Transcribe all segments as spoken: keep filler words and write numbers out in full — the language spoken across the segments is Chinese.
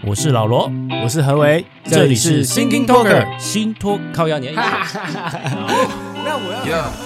我是老罗， 我是何为， 这里是 Thinking Talker 新托靠压年。 那我要。Yeah.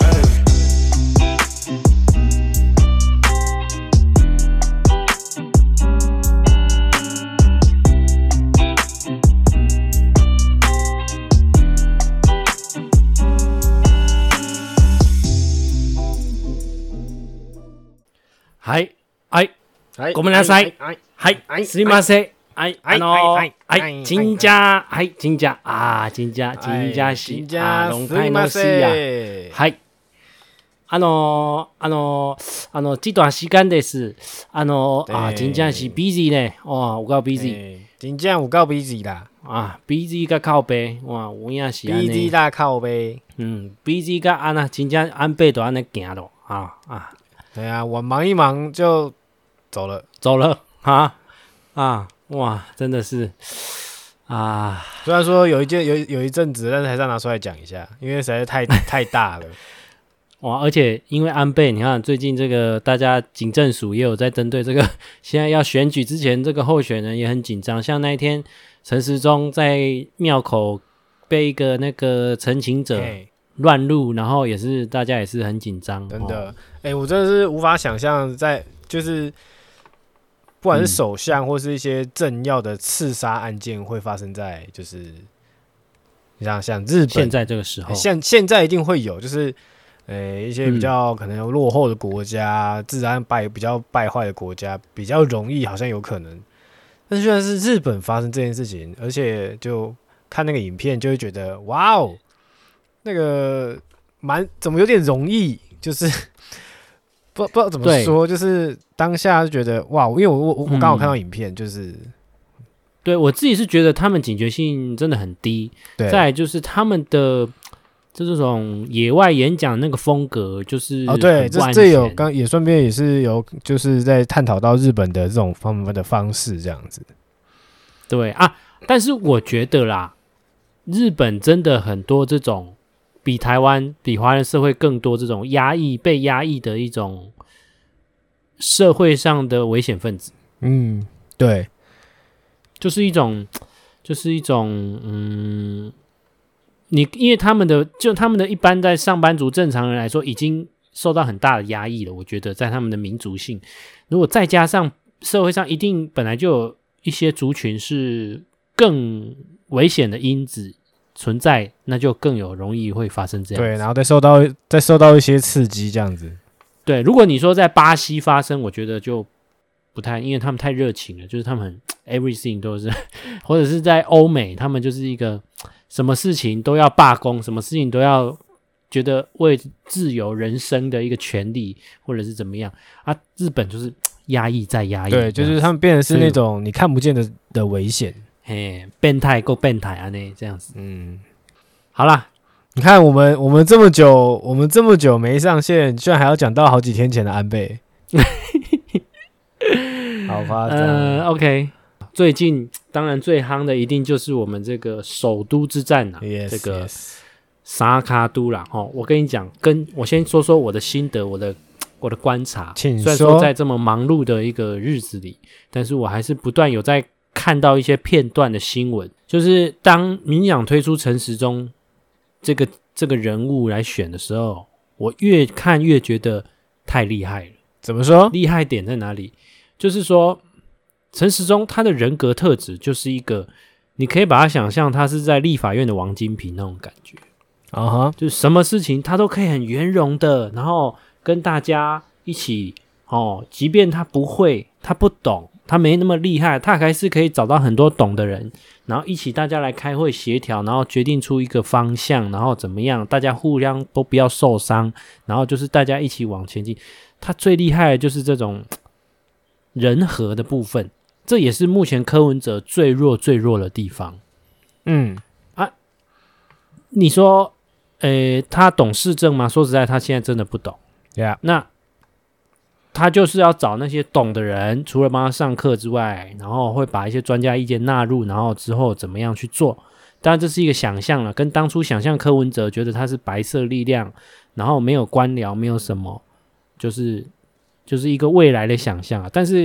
はいはいはいごめんなさいはいはいすいませんはいあのーはい真假はい真假あ真假真假しあロンタイのしやはいあのー、あのー、あの这段时間ですあのー、あ真假是 busy 呢哇有夠 busy 真正有夠 busy 啦啊 busy 甲靠背哇有影是安尼 busy 啦靠背嗯 busy 甲安那真正安背都安尼行咯啊啊对啊，我忙一忙就走了， 走了啊啊！哇，真的是啊！ 虽然说有一件有有一阵子，但是还是要拿出来讲一下，因为实在是太太大了。 哇！而且因为安倍，你看最近这个大家警政署也有在针对这个，现在要选举之前，这个候选人也很紧张。像那一天陈时中在庙口被一个那个陈情者乱入，然后也是大家也是很紧张， 真的。哦哎、欸，我真的是无法想象，在就是不管是首相或是一些政要的刺杀案件会发生在就是你想像日本现在这个时候， 现现在一定会有，就是呃、欸、一些比较可能有落后的国家，嗯、治安败比较败坏的国家，比较容易好像有可能。但是虽然是日本发生这件事情，而且就看那个影片就会觉得哇哦，那个蛮怎么有点容易，就是。不不知道怎么说，就是当下就觉得哇，因为我我我刚好看到影片，嗯、就是对我自己是觉得他们警觉性真的很低。对，再来就是他们的这种野外演讲那个风格，就是哦，对，这这有刚也顺便也是有就是在探讨到日本的这种方面的方式这样子。 对啊，但是我觉得啦，日本真的很多这种。比台湾、比华人社会更多这种压抑、被压抑的一种社会上的危险分子。 嗯，对， 就是一种，就是一种，嗯，你因为他们的就他们的一般在上班族正常人来说，已经受到很大的压抑了。我觉得在他们的民族性，如果再加上社会上一定本来就有一些族群是更危险的因子。存在，那就更有容易会发生这样子。 对，然后再受到再受到一些刺激，这样子。 对，如果你说在巴西发生，我觉得就不太，因为他们太热情了，就是他们很 everything 都是，或者是在欧美，他们就是一个什么事情都要罢工，什么事情都要觉得为自由人生的一个权利，或者是怎么样啊？日本就是压抑再压抑， 对，就是他们变成是那种你看不见的的危险。 嘿，变态够变态啊！那这样子， 嗯， 好啦， 你看我们我们这么久，我们这么久没上线，居然还要讲到好几天前的安倍，好夸张。 呃 ，OK， 最近当然最夯的一定就是我们这个首都之战啊， yes, 这个 yes. 萨卡都啦。哦，我跟你讲，跟我先说说我的心得，我的我的观察。 请说。 虽然说在这么忙碌的一个日子里，但是我还是不断有在。看到一些片段的新闻，就是当民进党推出陈时中这个这个人物来选的时候，我越看越觉得太厉害了。 怎么说？ 厉害点在哪里？就是说陈时中他的人格特质就是一个，你可以把他想象他是在立法院的王金平那种感觉啊哈， uh-huh. 就是什么事情他都可以很圆融的，然后跟大家一起哦，即便他不会，他不懂。他没那么厉害，他还是可以找到很多懂的人，然后一起大家来开会协调，然后决定出一个方向，然后怎么样，大家互相都不要受伤，然后就是大家一起往前进。他最厉害的就是这种人和的部分，这也是目前柯文哲最弱最弱的地方。嗯啊，你说，诶，他懂市政吗？说实在，他现在真的不懂。 Yeah. 那。他就是要找那些懂的人，除了帮他上课之外，然后会把一些专家意见纳入，然后之后怎么样去做。当然这是一个想象了，跟当初想象柯文哲觉得他是白色力量，然后没有官僚，没有什么，就是就是一个未来的想象啊。但是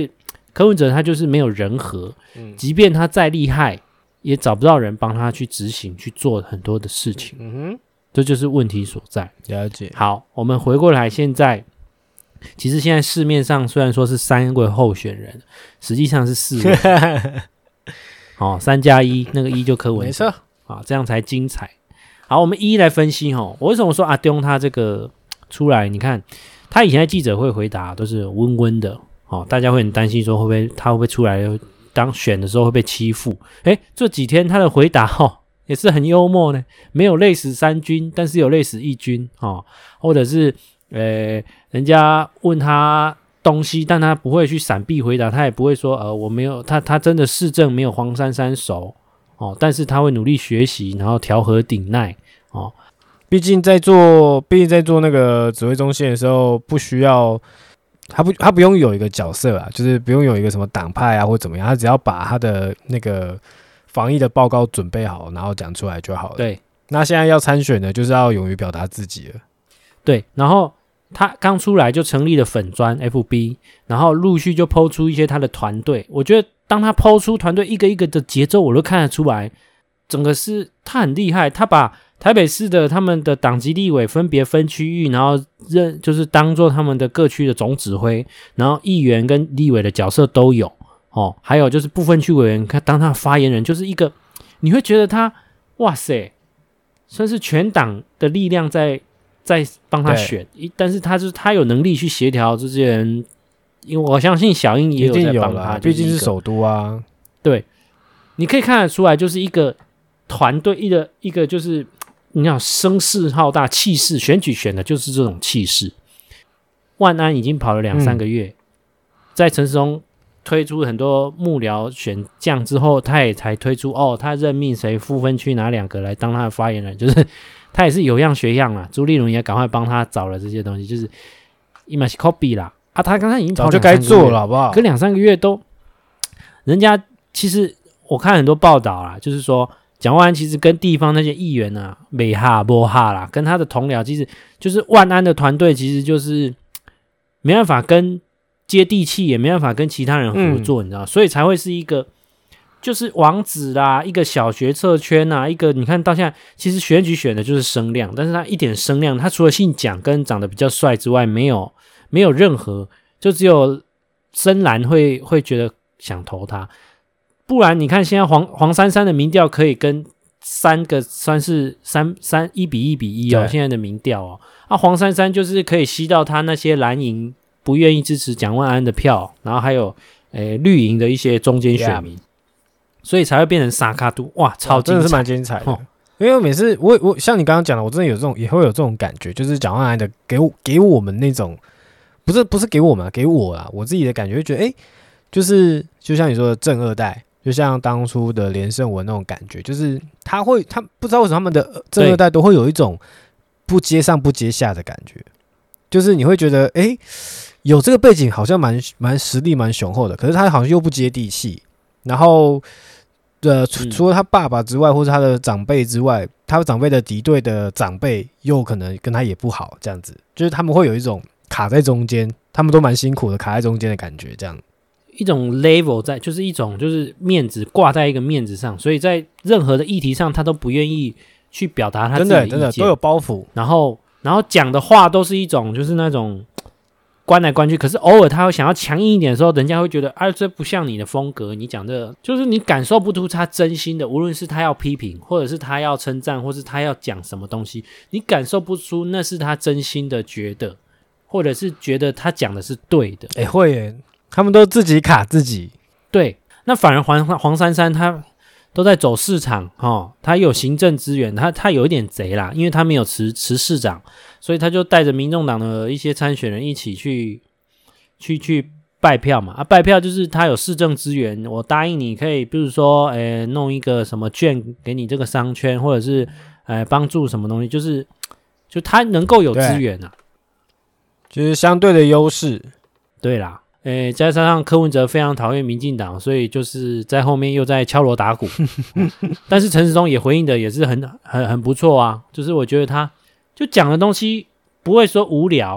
柯文哲他就是没有人和，嗯，即便他再厉害，也找不到人帮他去执行去做很多的事情，嗯哼，这就是问题所在。 了解。 好，我们回过来，现在其实现在市面上虽然说是三位候选人，实际上是四位，哦，三加一，那个一就柯文哲， 没错， 啊，这样才精彩。好，我们一一来分析哦，我为什么说阿东他这个出来，你看他以前在记者会回答都是温温的。哦，大家会很担心说会不会他会不会出来当选的时候会被欺负？诶，这几天他的回答哦也是很幽默呢，没有累死三军，但是有累死一军哦，或者是呃人家问他东西，但他不会去闪避回答，他也不会说呃我没有他他真的市政没有黄珊珊熟哦，但是他会努力学习，然后调和顶耐哦。 毕竟在做，毕竟在做那个指挥中心的时候，不需要。他不，他不用有一个角色啊，就是不用有一个什么党派啊或怎么样，他只要把他的那个防疫的报告准备好，然后讲出来就好了。 对， 那现在要参选的，就是要勇于表达自己了。 对，然后他刚出来就成立了粉专 F B， 然后陆续就po出一些他的团队。我觉得当他po出团队一个一个的节奏，我都看得出来，整个是他很厉害，他把台北市的他们的党籍立委分别分区域，然后任就是当做他们的各区的总指挥，然后议员跟立委的角色都有哦，还有就是不分区委员当他的发言人，就是一个你会觉得他哇塞，算是全党的力量在在帮他选，但是他就是他有能力去协调这些人，因为我相信小英也有在帮他， 毕竟是首都啊， 对，你可以看得出来，就是一个团队，一个一个就是。你看声势浩大，气势，选举选的就是这种气势。万安已经跑了两三个月，嗯、在陈时中推出很多幕僚选将之后，他也才推出哦，他任命谁不分区哪两个来当他的发言人，就是他也是有样学样啦。朱立伦也赶快帮他找了这些东西，就是伊嘛是 copy 啦啊，他刚才已经跑早就该做了，好不好？ 可两三个月都，人家其实我看很多报道啦，就是说。蒋万安其实跟地方那些议员啊，没哈不哈啦，跟他的同僚，其实就是万安的团队，其实就是没办法跟接地气，也没办法跟其他人合作，嗯、你知道，所以才会是一个就是王子啦，一个小学策圈啊，一个你看到现在，其实选举选的就是声量，但是他一点声量，他除了姓蒋跟长得比较帅之外，没有没有任何，就只有深蓝会会觉得想投他。不然你看现在黄黄珊珊的民调可以跟三个算是三三一比一比一哦，现在的民调哦，啊黄珊珊就是可以吸到他那些蓝营不愿意支持蒋万安的票，然后还有诶绿营的一些中间选民， yeah. 所以才会变成沙卡都哇，超精彩， 真的是蛮精彩的。哦、因为每次我我像你刚刚讲的，我真的有这种也会有这种感觉，就是蒋万安的给我给我们那种不是不是给我们给我啦，我自己的感觉会觉得哎，就是就像你说的正二代。就像当初的连胜文那种感觉，就是他会，他不知道为什么他们的正二代都会有一种不接上不接下的感觉，就是你会觉得，哎、欸，有这个背景好像蛮蛮实力蛮雄厚的，可是他好像又不接地气。然后，呃，除除了他爸爸之外，或是他的长辈之外，他长辈的敌对的长辈又可能跟他也不好，这样子，就是他们会有一种卡在中间，他们都蛮辛苦的，卡在中间的感觉，这样。 一种 level 在，就是一种就是面子挂在一个面子上，所以在任何的议题上，他都不愿意去表达他自己的意见， 真的真的都有包袱。 然后，然后讲的话都是一种就是那种关来关去，可是偶尔他会想要强硬一点的时候，人家会觉得啊，这不像你的风格，你讲这就是你感受不出他真心的，无论是他要批评，或者是他要称赞，或是他要讲什么东西，你感受不出那是他真心的觉得，或者是觉得他讲的是对的。 哎、欸，会耶。他们都自己卡自己， 对，那反而黄黄珊珊他都在走市场哦，他有行政资源，他他有一点贼啦，因为他没有辞辞市长，所以他就带着民众党的一些参选人一起去去去拜票嘛，啊，拜票就是他有市政资源，我答应你可以，比如说，诶，弄一个什么券给你这个商圈，或者是诶帮助什么东西，就是就他能够有资源啊， 就是相对的优势， 对啦。诶，加上柯文哲非常讨厌民进党，所以就是在后面又在敲锣打鼓。但是陈时中也回应的也是很很很不错啊，就是我觉得他就讲的东西不会说无聊，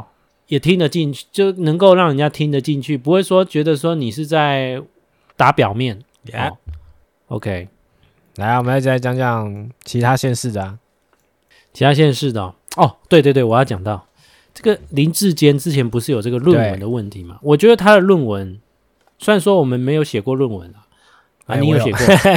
也听得进去，就能够让人家听得进去，不会说觉得说你是在打表面。 Yeah. 哦 OK， 来，我们再讲讲其他县市的啊。 其他县市的哦，哦对对对，我要讲到这个林志坚之前不是有这个论文的问题吗？我觉得他的论文，虽然说我们没有写过论文啊，啊，你有写过？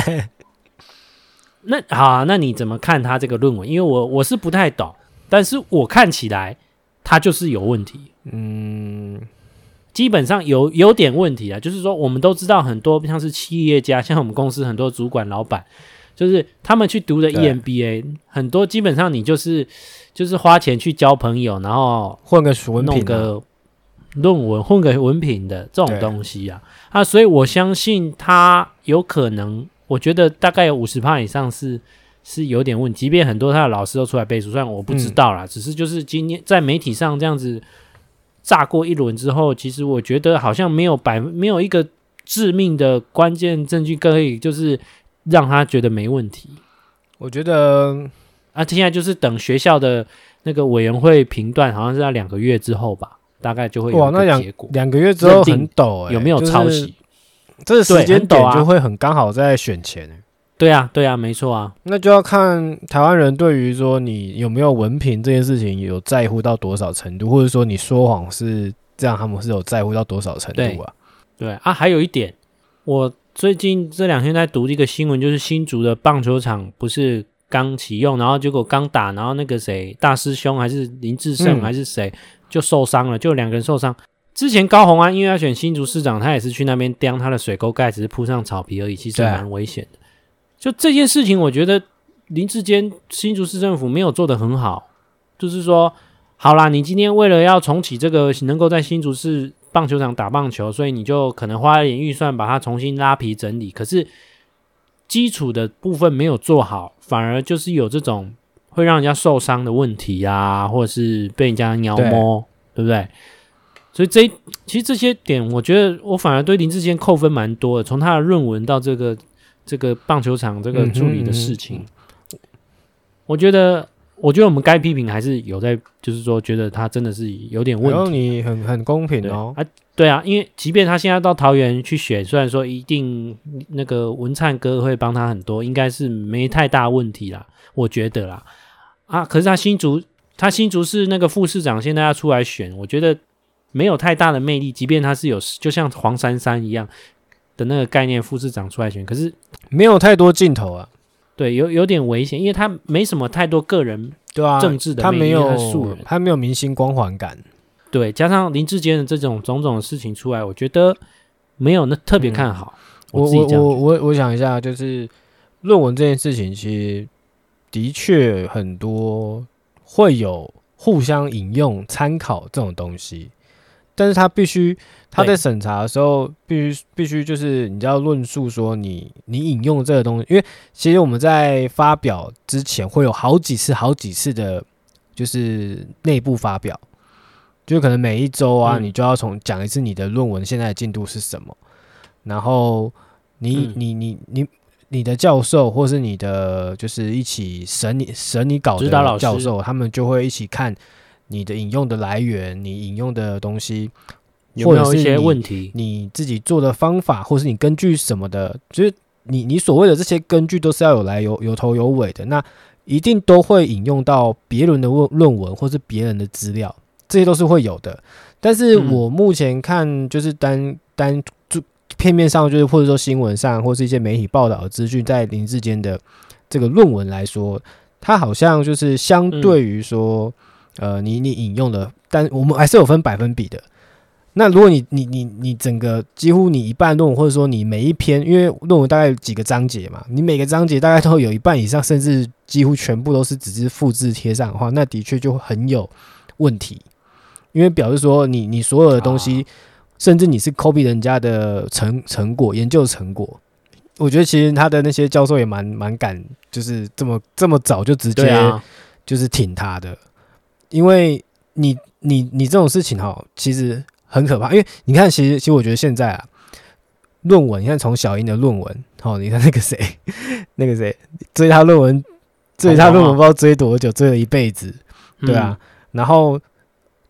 那好、啊，那你怎么看他这个论文？因为我我是不太懂，但是我看起来他就是有问题。 嗯， 基本上有有点问题啊，就是说我们都知道很多像是企业家，像我们公司很多主管老板，就是他们去读的 E M B A， 很多基本上你就是就是花钱去交朋友，然后混个文凭、啊， 弄个论文，混个文凭的这种东西啊，啊，所以我相信他有可能。我觉得大概有 百分之五十 以上是是有点问题，即便很多他的老师都出来背书，虽然我不知道啦、嗯、只是就是今天在媒体上这样子炸过一轮之后，其实我觉得好像没有百没有一个致命的关键证据可以就是让他觉得没问题。 我觉得啊，现在就是等学校的那个委员会评断，好像是在两个月之后吧，大概就会有一个结果。 两个月之后很陡、欸， 有没有抄袭？就是这个时间点就会很刚好在选前、欸， 对啊，对啊，没错啊。 那就要看台湾人对于说你有没有文凭这件事情有在乎到多少程度，或者说你说谎是这样，他们是有在乎到多少程度啊？ 对，对啊，还有一点，我最近这两天在读一个新闻，就是新竹的棒球场不是刚启用，然后结果刚打，然后那个谁大师兄还是林志胜还是谁、嗯、就受伤了，就两个人受伤。之前高虹安因为要选新竹市长，他也是去那边刁他的水沟盖，只是铺上草皮而已，其实蛮危险的。就这件事情，我觉得林志坚新竹市政府没有做得很好，就是说，好啦，你今天为了要重启这个能够在新竹市棒球场打棒球，所以你就可能花一点预算把它重新拉皮整理，可是基础的部分没有做好，反而就是有这种会让人家受伤的问题啊，或者是被人家鸟摸， 对, 对不对？所以这其实这些点，我觉得我反而对林志坚扣分蛮多的。从他的论文到这个这个棒球场这个处理的事情，嗯嗯、我觉得，我觉得我们该批评还是有在，就是说觉得他真的是有点问题。然后你很很公平哦， 啊，对啊，因为即便他现在到桃园去选，虽然说一定那个文灿哥会帮他很多，应该是没太大问题啦，我觉得啦。啊，可是他新竹，他新竹是那个副市长，现在要出来选，我觉得。没有太大的魅力，即便他是有就像黄珊珊一样的那个概念，副市长出来选，可是没有太多镜头啊。 对，有有点危险，因为他没什么太多个人对啊政治的魅力， 他没有素人， 他没有明星光环感。 对，加上林志坚的这种种种的事情出来，我觉得没有那特别看好。 嗯、 我自己这样我我我我想一下，就是论文这件事情，其实的确很多会有互相引用、参考这种东西。但是他必须，他在审查的时候，必须必须就是你要论述说你你引用这个东西，因为其实我们在发表之前会有好几次、好几次的，就是内部发表，就可能每一周啊，嗯、你就要从讲一次你的论文现在的进度是什么，然后你、嗯、你你你你的教授或是你的就是一起审你审你稿的教授，他们就会一起看。你的引用的来源，你引用的东西有没有一些问题？ 你自己做的方法，或是你根据什么的，就是你你所谓的这些根据都是要有来有有头有尾的。那一定都会引用到别人的论文或是别人的资料，这些都是会有的。但是我目前看，就是单单片面上，就是或者说新闻上，或是一些媒体报道的资讯，在林志坚的这个论文来说，它好像就是相对于说。嗯呃，你你引用的，但我们还是有分百分比的。那如果你你你你整个几乎你一半论文，或者说你每一篇，因为论文大概有几个章节嘛，你每个章节大概都有一半以上，甚至几乎全部都是只是复制贴上的话，那的确就很有问题。因为表示说你你所有的东西，甚至你是 copy 人家的成成果、研究成果。我觉得其实他的那些教授也蛮蛮敢，就是这么这么早就直接就是挺他的。因为你你你这种事情哈，其实很可怕。因为你看，其实其实我觉得现在啊，论文，你看从小英的论文，好，你看那个谁，那个谁追他论文，追他论文不知道追多久，追了一辈子，对啊。嗯、然后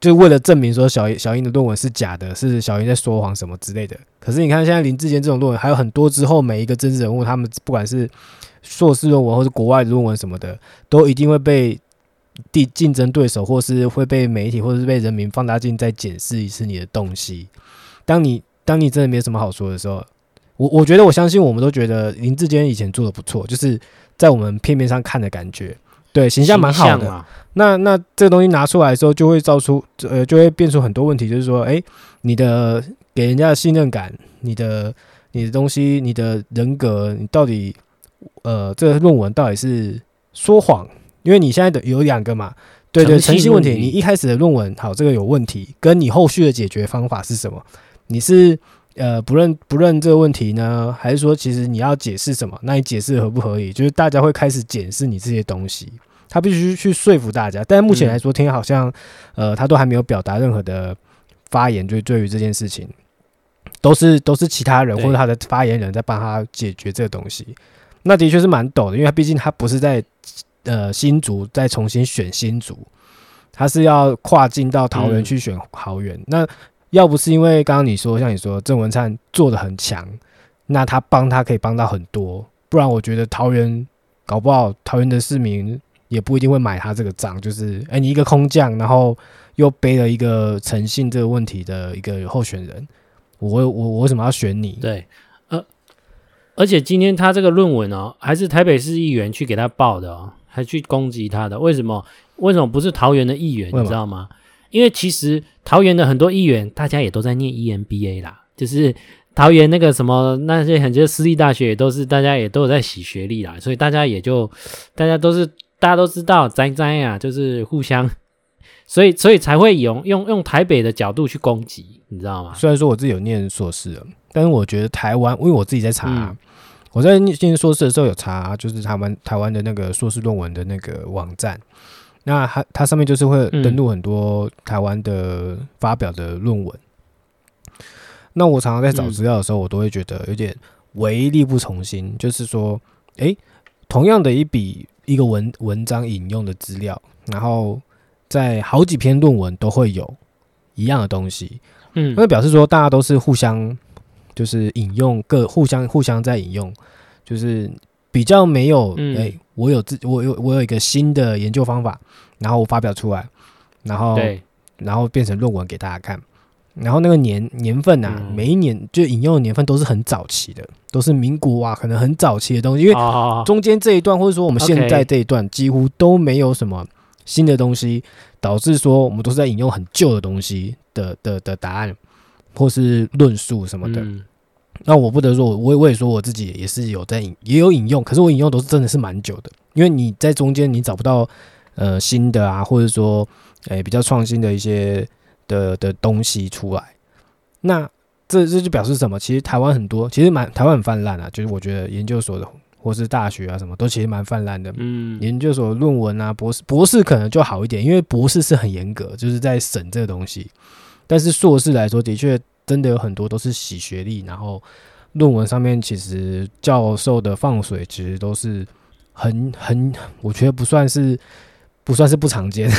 就为了证明说小小英的论文是假的，是小英在说谎什么之类的。可是你看现在林智坚这种论文还有很多，之后每一个政治人物他们不管是硕士论文或是国外的论文什么的，都一定会被竞争对手或是会被媒体或是被人民放大镜再检视一次你的东西。当你当你真的没什么好说的时候，我我觉得我相信我们都觉得林智坚以前做的不错，就是在我们片面上看的感觉，对形象蛮好的。啊、那那这个东西拿出来的时候，就会造出呃就会变出很多问题，就是说，哎，你的给人家的信任感，你的你的东西，你的人格，你到底呃这个论文到底是说谎？因为你现在的有两个嘛，对对，诚信问题，你一开始的论文好，这个有问题，跟你后续的解决方法是什么？你是呃不认不认这个问题呢，还是说其实你要解释什么？那你解释合不合理？就是大家会开始检视你这些东西，他必须去说服大家。但是目前来说，听好像呃他都还没有表达任何的发言，对对于这件事情，都是都是其他人或者他的发言人在帮他解决这个东西。那的确是蛮陡的，因为他毕竟他不是在呃新竹再重新选新竹，他是要跨境到桃园去选桃园。嗯、那要不是因为刚刚你说，像你说郑文灿做得很强，那他帮他可以帮到很多，不然我觉得桃园搞不好桃园的市民也不一定会买他这个账，就是哎、欸，你一个空降，然后又背了一个诚信这个问题的一个候选人，我我我为什么要选你？ 对，呃，而且今天他这个论文哦，还是台北市议员去给他报的哦，还去攻击他的，为什么？为什么不是桃园的议员？你知道吗？因为其实桃园的很多议员，大家也都在念 E M B A 啦，就是桃园那个什么那些很多私立大学也都是大家也都有在洗学历啦，所以大家也就大家都是大家都知道栽栽啊，就是互相，所以所以才会用用用台北的角度去攻击，你知道吗？ 虽然说我自己有念硕士了，但是我觉得台湾，因为我自己在查、啊嗯，我在念硕士的时候有查，就是台湾台湾的那个硕士论文的那个网站。那 它, 它上面就是会登录很多台湾的发表的论文、嗯。那我常常在找资料的时候，我都会觉得有点唯力不从心，就是说，哎，同样的一笔一个 文, 文章引用的资料，然后在好几篇论文都会有一样的东西，嗯，那表示说大家都是互相就是引用各互相互相在引用，就是比较没有哎。嗯欸我有自我有我有一个新的研究方法，然后我发表出来，然后然后变成论文给大家看，然后那个年年份啊、嗯，每一年就引用的年份都是很早期的，都是民国啊，可能很早期的东西，因为中间这一段或者说我们现在这一段几乎都没有什么新的东西，导致说我们都是在引用很旧的东西的的的答案或是论述什么的。嗯，那我不得说，我我也说我自己也是有在引也有引用，可是我引用都是真的是蛮久的，因为你在中间你找不到呃新的啊，或者说诶、欸、比较创新的一些的的东西出来。那这这就表示什么？其实台湾很多，其实蛮台湾很泛滥啊，就是我觉得研究所的或是大学啊什么都其实蛮泛滥的。嗯，研究所论文啊，博士博士可能就好一点，因为博士是很严格，就是在审这个东西。但是硕士来说，的确。真的有很多都是洗学历，然后论文上面其实教授的放水其实都是很很，我觉得不算是不算是不常见。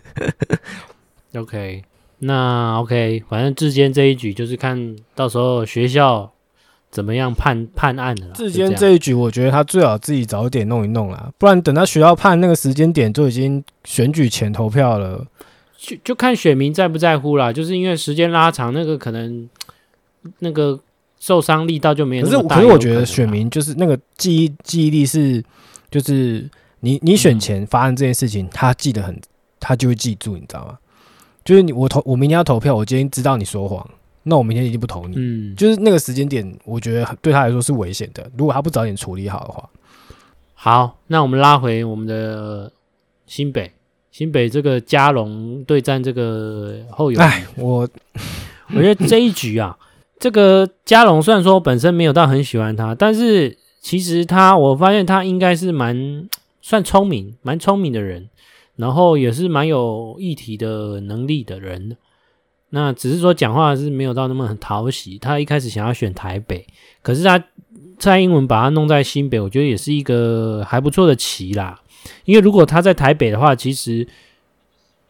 OK， 那 OK， 反正志坚这一局就是看到时候学校怎么样判判案的啦。 志坚这一局，我觉得他最好自己早点弄一弄啦，不然等他学校判那个时间点，就已经选举前投票了。 就就看选民在不在乎啦，就是因为时间拉长，那个可能那个受伤力道就没有那么大。 可是，可是我觉得选民就是那个记忆记忆力是，就是你你选前发生这件事情，嗯、他记得很，他就会记住，你知道吗？就是你我投我明天要投票，我今天知道你说谎，那我明天一定不投你。嗯，就是那个时间点，我觉得对他来说是危险的。如果他不早点处理好的话， 好，那我们拉回我们的新北。新北这个嘉龙对战这个后友， 哎，我我觉得这一局啊，这个嘉龙虽然说本身没有到很喜欢他，但是其实他我发现他应该是蛮算聪明、蛮聪明的人，然后也是蛮有议题的能力的人。那只是说讲话是没有到那么很讨喜。他一开始想要选台北，可是他蔡英文把他弄在新北，我觉得也是一个还不错的棋啦。因为如果他在台北的话，其实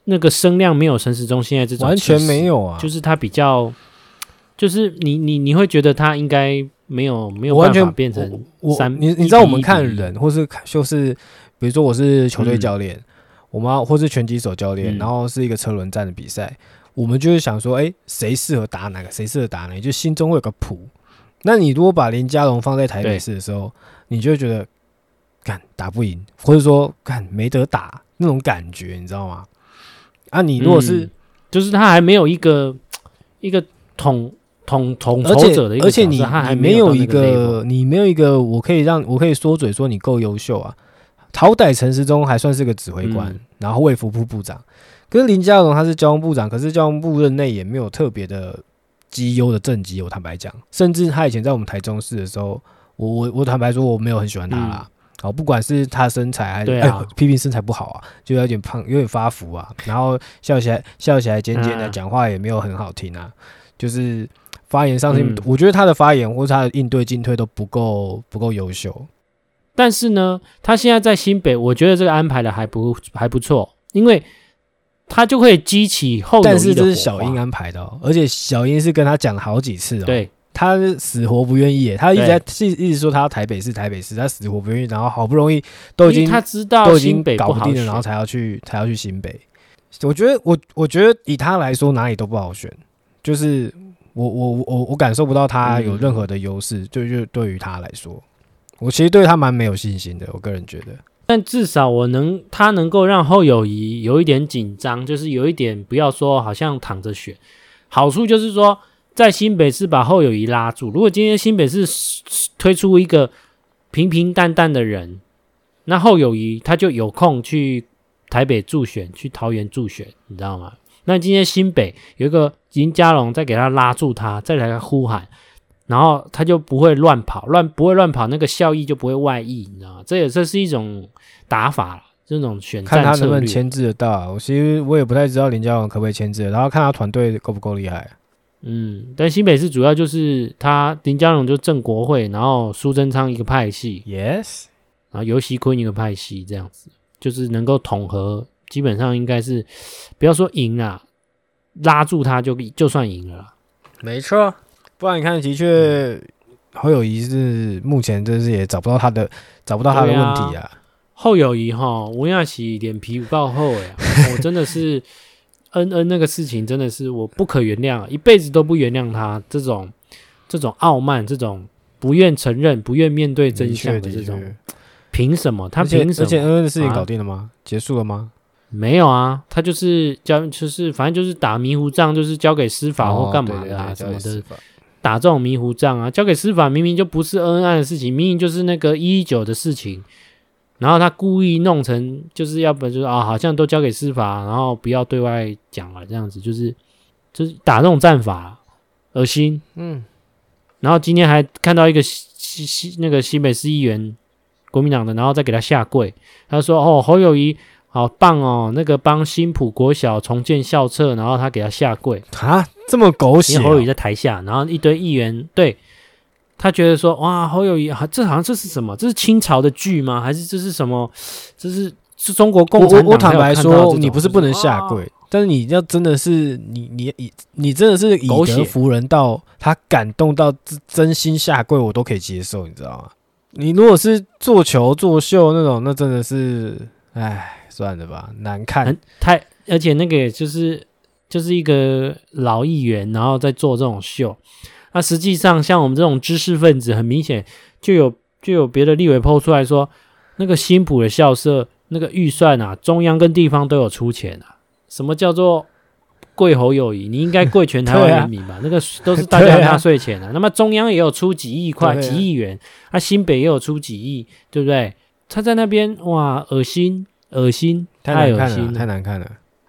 那个声量没有陈时中现在这种完全没有啊， 就是他比较，就是你你你会觉得他应该没有没有办法变成三， 你你知道我们看人，或是就是比如说我是球队教练，嗯、我们要或是拳击手教练，嗯、然后是一个车轮战的比赛，我们就是想说，哎、欸，谁适合打哪个，谁适合打哪个，就心中会有个谱。那你如果把林佳龙放在台北市的时候，你就会觉得，干打不赢，或者说干没得打那种感觉，你知道吗？啊，你如果是，嗯、 就是他还没有一个一个统统统筹者的一个角色， 而且你他还没有一个，你没有一个，我可以让我可以说嘴说你够优秀啊。好歹陈时中还算是个指挥官，嗯、然后卫福部部长，可是林佳龙他是交通部长，可是交通部任内也没有特别的绩优的政绩，我坦白讲，甚至他以前在我们台中市的时候，我我我坦白说我没有很喜欢他啦。嗯好，不管是他身材还是、啊哎、批评身材不好啊，就有点胖，有点发福啊，然后笑起来笑起来尖尖的，讲、嗯、话也没有很好听啊，就是发言上面，嗯、我觉得他的发言或是他的应对进退都不够不够优秀。 但是呢，他现在在新北，我觉得这个安排的还不还不错，因为他就会激起后友谊的火花。 但是这是小英安排的哦，而且小英是跟他讲好几次哦。 对。 他死活不愿意耶，他一直在一直说他要台北市台北市，他死活不愿意，然后好不容易都已经他知道都已经搞不定了，然后才要去才要去新北。我觉得我我觉得以他来说哪里都不好选，就是我我我我感受不到他有任何的优势，嗯、就就对于他来说，我其实对他蛮没有信心的，我个人觉得。 但至少我能他能够让后友谊有一点紧张，就是有一点不要说好像躺着选，好处就是说。在新北市把后友谊拉住，如果今天新北市推出一个平平淡淡的人，那后友谊他就有空去台北助选，去桃园助选，你知道吗？那今天新北有一个林佳龙再给他拉住他，再来呼喊，然后他就不会乱跑，乱不会乱跑，那个效益就不会外溢，你知道吗？这也这是一种打法，这种选战策略。 看他能不能牵制得到、啊，我其实我也不太知道林佳龙可不可以牵制，然后看他团队够不够厉害。 嗯，但新北市主要就是他林佳龙就正国会，然后苏贞昌一个派系 ，yes， 然后游锡堃一个派系，这样子就是能够统合，基本上应该是不要说赢啦，拉住他就就算赢了啦。 没错，不然你看，的确侯友宜是目前真是也找不到他的找不到他的问题啊。 侯友宜哈，吴亚琪脸皮不够厚哎，我真的是。恩恩那个事情真的是我不可原谅，一辈子都不原谅他这种这种傲慢，这种不愿承认、不愿面对真相的这种，凭什么？他凭什么？ 而且恩恩的事情搞定了吗？啊、结束了吗？ 没有啊，他就是交，就是反正就是打迷糊仗，就是交给司法或干嘛的啊、哦、对对对什么的，打这种迷糊仗啊，交给司法明明就不是恩恩案的事情，明明就是那个一一九的事情。然后他故意弄成，就是要不就是啊，好像都交给司法，然后不要对外讲了，这样子就是就是打这种战法，恶心。嗯。然后今天还看到一个西西那个新北市议员，国民党的，然后再给他下跪，他说：“哦，侯友宜好棒哦，那个帮新埔国小重建校册，然后他给他下跪啊，这么狗血、哦！” 侯友宜在台下，然后一堆议员对。他觉得说哇，侯友宜，这好像这是什么？这是清朝的剧吗？还是这是什么？这是是中国共产党？ 我我坦白说，你不是不能下跪，但是你要真的是你你你你真的是以德服人到他感动到真心下跪，我都可以接受，你知道吗？你如果是做球作秀那种，那真的是，哎，算了吧，难看。 太而且那个就是就是一个老议员，然后在做这种秀。那、啊、实际上，像我们这种知识分子，很明显就有就有别的立委 po 出来说，那个新埔的校舍那个预算啊，中央跟地方都有出钱啊。什么叫做跪侯友宜？你应该跪全台湾人民吧？啊、那个都是大家纳税钱啊。那么中央也有出几亿块、啊、几亿元，啊，新北也有出几亿，对不对？他在那边哇，恶心，恶心，太恶心了， 太难看了。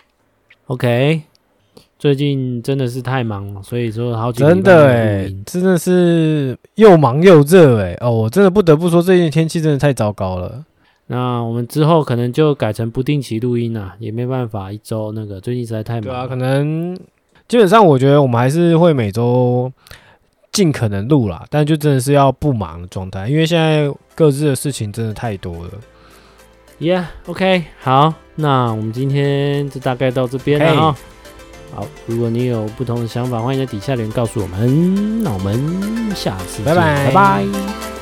OK。最近真的是太忙了，所以说好几个真的哎，真的是又忙又热哎哦，我真的不得不说，最近天气真的太糟糕了。 那我们之后可能就改成不定期录音啦，也没办法，一周那个最近实在太忙了。 对啊，可能基本上我觉得我们还是会每周尽可能录啦，但就真的是要不忙的状态，因为现在各自的事情真的太多了。 Yeah，OK，、okay, 好，那我们今天就大概到这边了哈。好，如果你有不同的想法，欢迎在底下留言告诉我们。那我们下次见， 拜拜， 拜拜。